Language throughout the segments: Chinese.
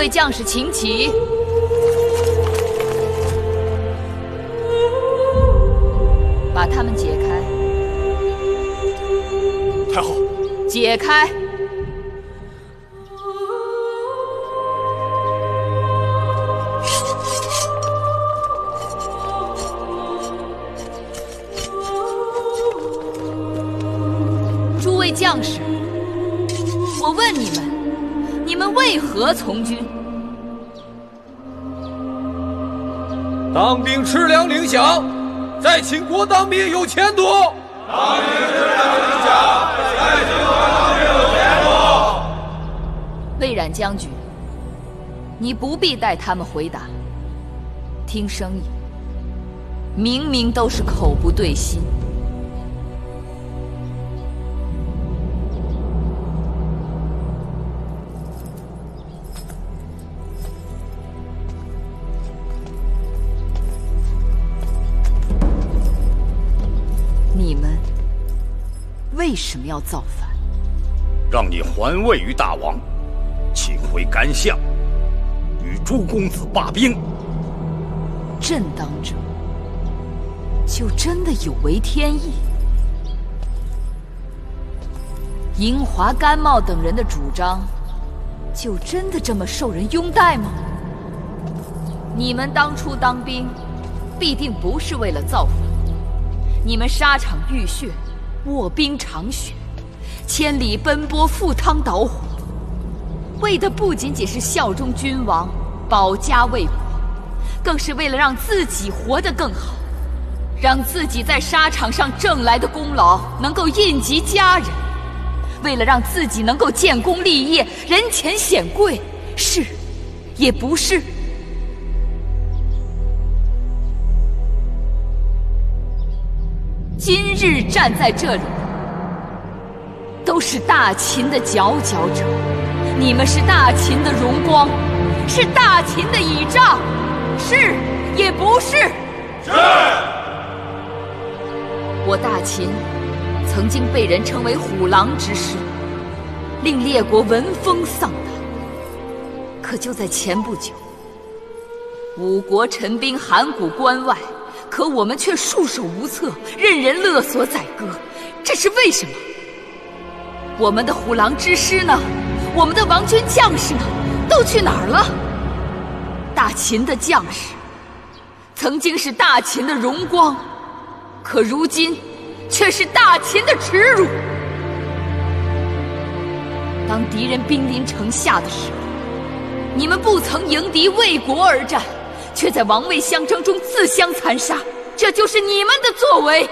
位将士请起。把他们解开。 太后， 解开。诸位将士，我问你们，你们为何从军？ 当兵吃粮领饷，在秦国当兵有前途。 当兵吃粮领饷，在秦国当兵有前途。 魏冉将军，你不必带他们回答。听声音，明明都是口不对心。你们为什么要造反？ 让你还位于大王，请回干相，与诸公子罢兵。 朕当者，就真的有违天意？银华、甘茂等人的主张，就真的这么受人拥戴吗？你们当初当兵，必定不是为了造反。你们沙场浴血，卧冰尝雪，千里奔波，赴汤蹈火，为的不仅仅是效忠君王，保家卫国，更是为了让自己活得更好，让自己在沙场上挣来的功劳能够印及家人，为了让自己能够建功立业，人前显贵，是也不是？今日站在这里，都是大秦的佼佼者，你们是大秦的荣光，是大秦的倚仗，是也不是？ 是。 我大秦曾经被人称为虎狼之师，令列国闻风丧胆。可就在前不久，五国陈兵函谷关外，可我们却束手无策，任人勒索宰割，这是为什么？我们的虎狼之师呢？我们的王军将士呢？都去哪儿了？大秦的将士曾经是大秦的荣光，可如今却是大秦的耻辱。当敌人兵临城下的时候，你们不曾迎敌为国而战，却在王位相争中自相残杀，这就是你们的作为。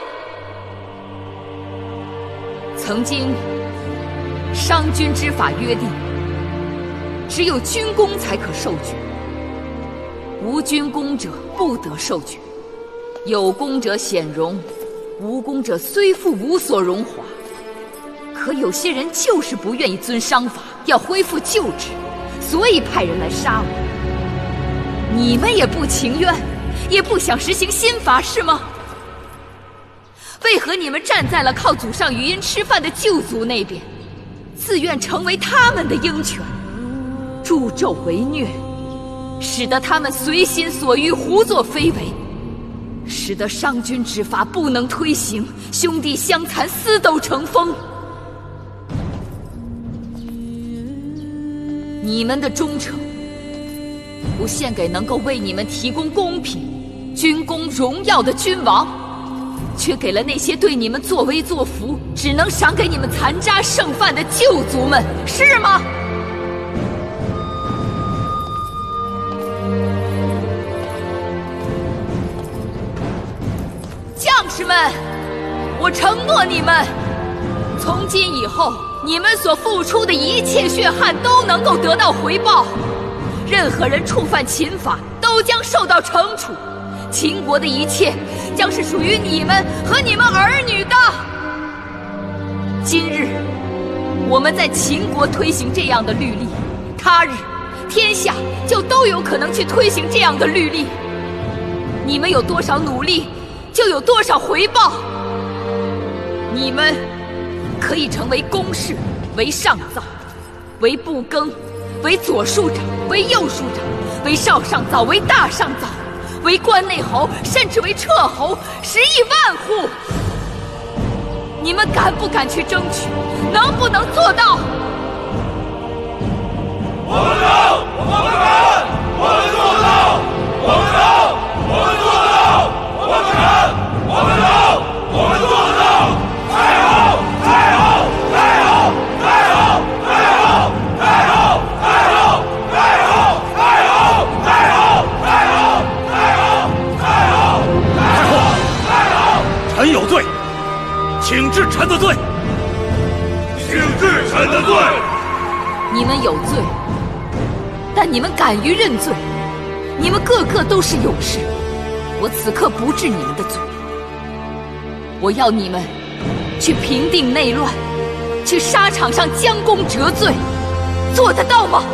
曾经商君之法约定，只有军功才可受爵，无军功者不得受爵，有功者显荣，无功者虽复无所荣华。可有些人就是不愿意遵商法，要恢复旧制，所以派人来杀我。你们也不情愿，也不想实行新法，是吗？为何你们站在了靠祖上余荫吃饭的旧族那边，自愿成为他们的鹰犬，助纣为虐，使得他们随心所欲，胡作非为，使得商君之法不能推行，兄弟相残，私斗成风。你们的忠诚不献给能够为你们提供公平、军功、荣耀的君王，却给了那些对你们作威作福，只能赏给你们残渣剩饭的旧族们，是吗？将士们，我承诺你们，从今以后，你们所付出的一切血汗都能够得到回报。任何人触犯秦法，都将受到惩处。秦国的一切将是属于你们和你们儿女的。今日我们在秦国推行这样的律例，他日天下就都有可能去推行这样的律例。你们有多少努力，就有多少回报。你们可以成为公室，为上造，为不更， 为左庶长，为右庶长，为少上早，为大上早，为关内侯，甚至为彻侯，10亿万户。你们敢不敢去争取？能不能做到？ 我们能，我们敢，我们做得到，我们能，我们做得到，我们敢，我们能，我们做得到。太好，太好，太好，太好，太好，太好，太好，太好，太好，太好，太好，太好，太好，太好，太好！ 臣有罪，请治臣的罪。 请治臣的罪。 你们有罪，但你们敢于认罪，你们个个都是勇士。我此刻不治你们的罪，我要你们去平定内乱，去沙场上将功折罪，做得到吗？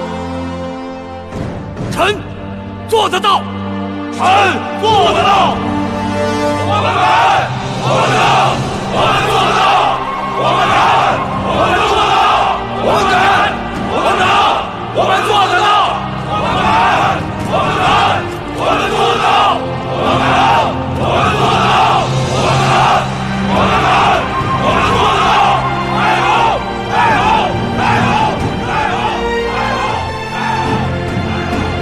臣做得到， 臣做得到。我们敢，我们能，我们做得到。我们敢，我们做得到。我们敢，我们能，我们做得到。我们敢，我们能，我们做得到。我们敢，我们做得到。我们敢，我们能，我们做得到。太好，太好，太好，太好，太好，太好。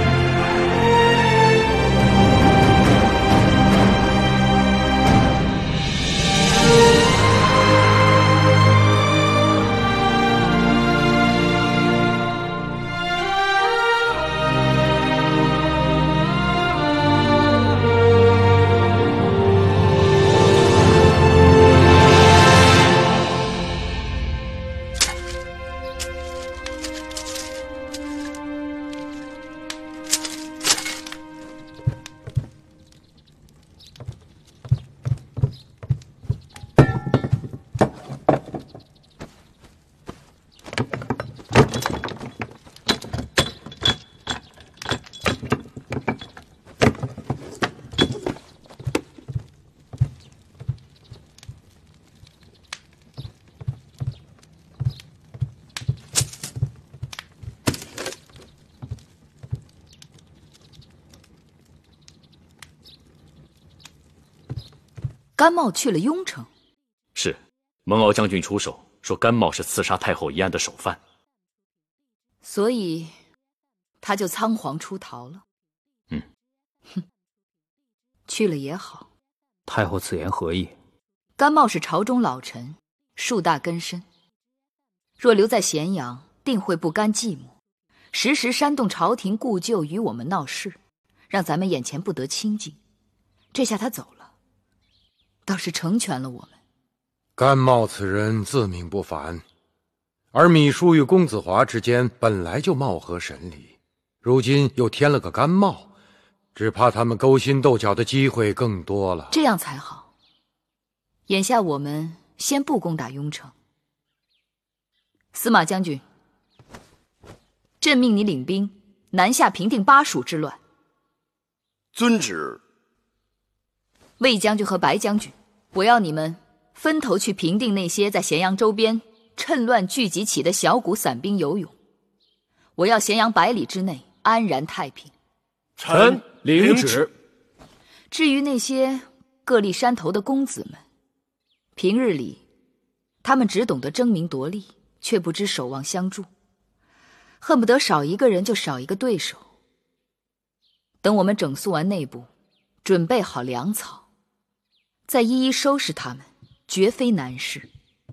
甘茂去了雍城， 是，蒙敖将军出手说甘茂是刺杀太后一案的首犯， 所以他就仓皇出逃了。哼，去了也好。 太后此言何意？ 甘茂是朝中老臣，树大根深，若留在咸阳，定会不甘寂寞，时时煽动朝廷故旧与我们闹事，让咱们眼前不得清静。这下他走了，倒是成全了我们。 甘茂此人自命不凡，而芈姝与公子华之间本来就貌合神离，如今又添了个甘茂，只怕他们勾心斗角的机会更多了。 这样才好。眼下我们先不攻打雍城。司马将军，朕命你领兵南下平定巴蜀之乱。 遵旨。 魏将军和白将军，我要你们分头去平定那些在咸阳周边趁乱聚集起的小股散兵游勇。我要咸阳100里之内安然太平。 臣领旨。 至于那些各立山头的公子们，平日里他们只懂得争名夺利，却不知守望相助，恨不得少一个人就少一个对手。等我们整肃完内部，准备好粮草，再一一收拾他们，绝非难事。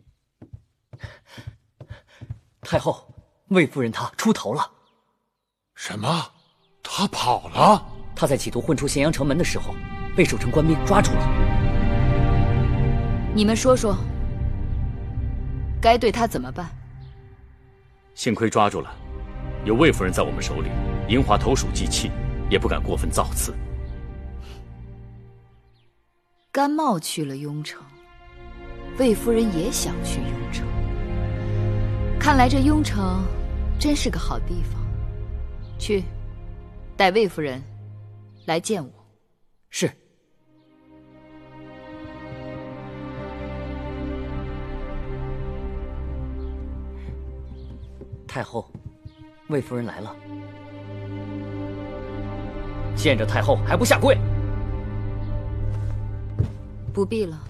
太后，魏夫人她出逃了。 什么？她跑了？ 她在企图混出咸阳城门的时候，被守城官兵抓住了。 你们说说，该对她怎么办？ 幸亏抓住了，有魏夫人在我们手里，银华投鼠忌器，也不敢过分造次。 甘茂去了雍城，魏夫人也想去雍城。看来这雍城真是个好地方。去，带魏夫人来见我。 是。太后， 魏夫人来了，见着太后还不下跪？ 不必了。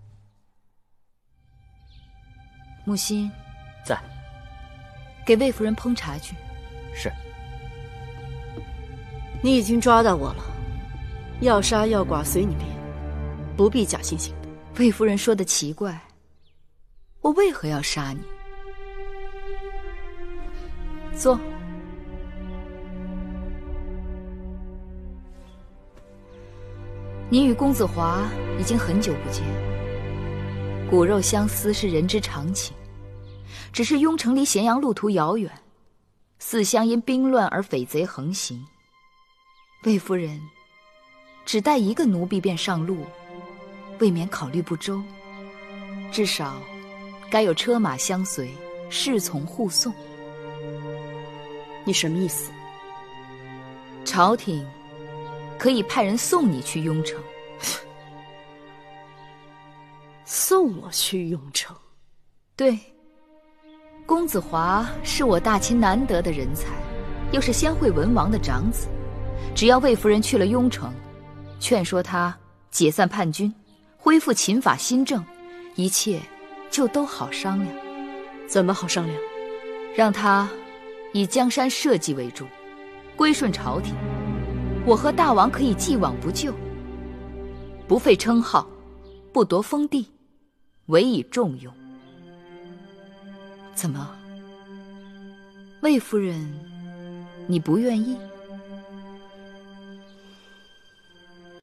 木心， 在。 给魏夫人烹茶去。 是。 你已经抓到我了，要杀要剐随你便，不必假惺惺的。 魏夫人说的奇怪，我为何要杀你？坐。你与公子华已经很久不见，骨肉相思是人之常情，只是雍城离咸阳路途遥远，四乡因兵乱而匪贼横行。魏夫人只带一个奴婢便上路，未免考虑不周，至少该有车马相随，侍从护送。 你什么意思？ 朝廷可以派人送你去雍城。 送我去雍城？ 对，公子华是我大清难得的人才，又是先惠文王的长子，只要魏夫人去了雍城，劝说他解散叛军，恢复秦法新政，一切就都好商量。 怎么好商量？ 让他以江山社稷为主，归顺朝廷，我和大王可以既往不咎，不废称号，不夺封地，委以重用。怎么，魏夫人，你不愿意？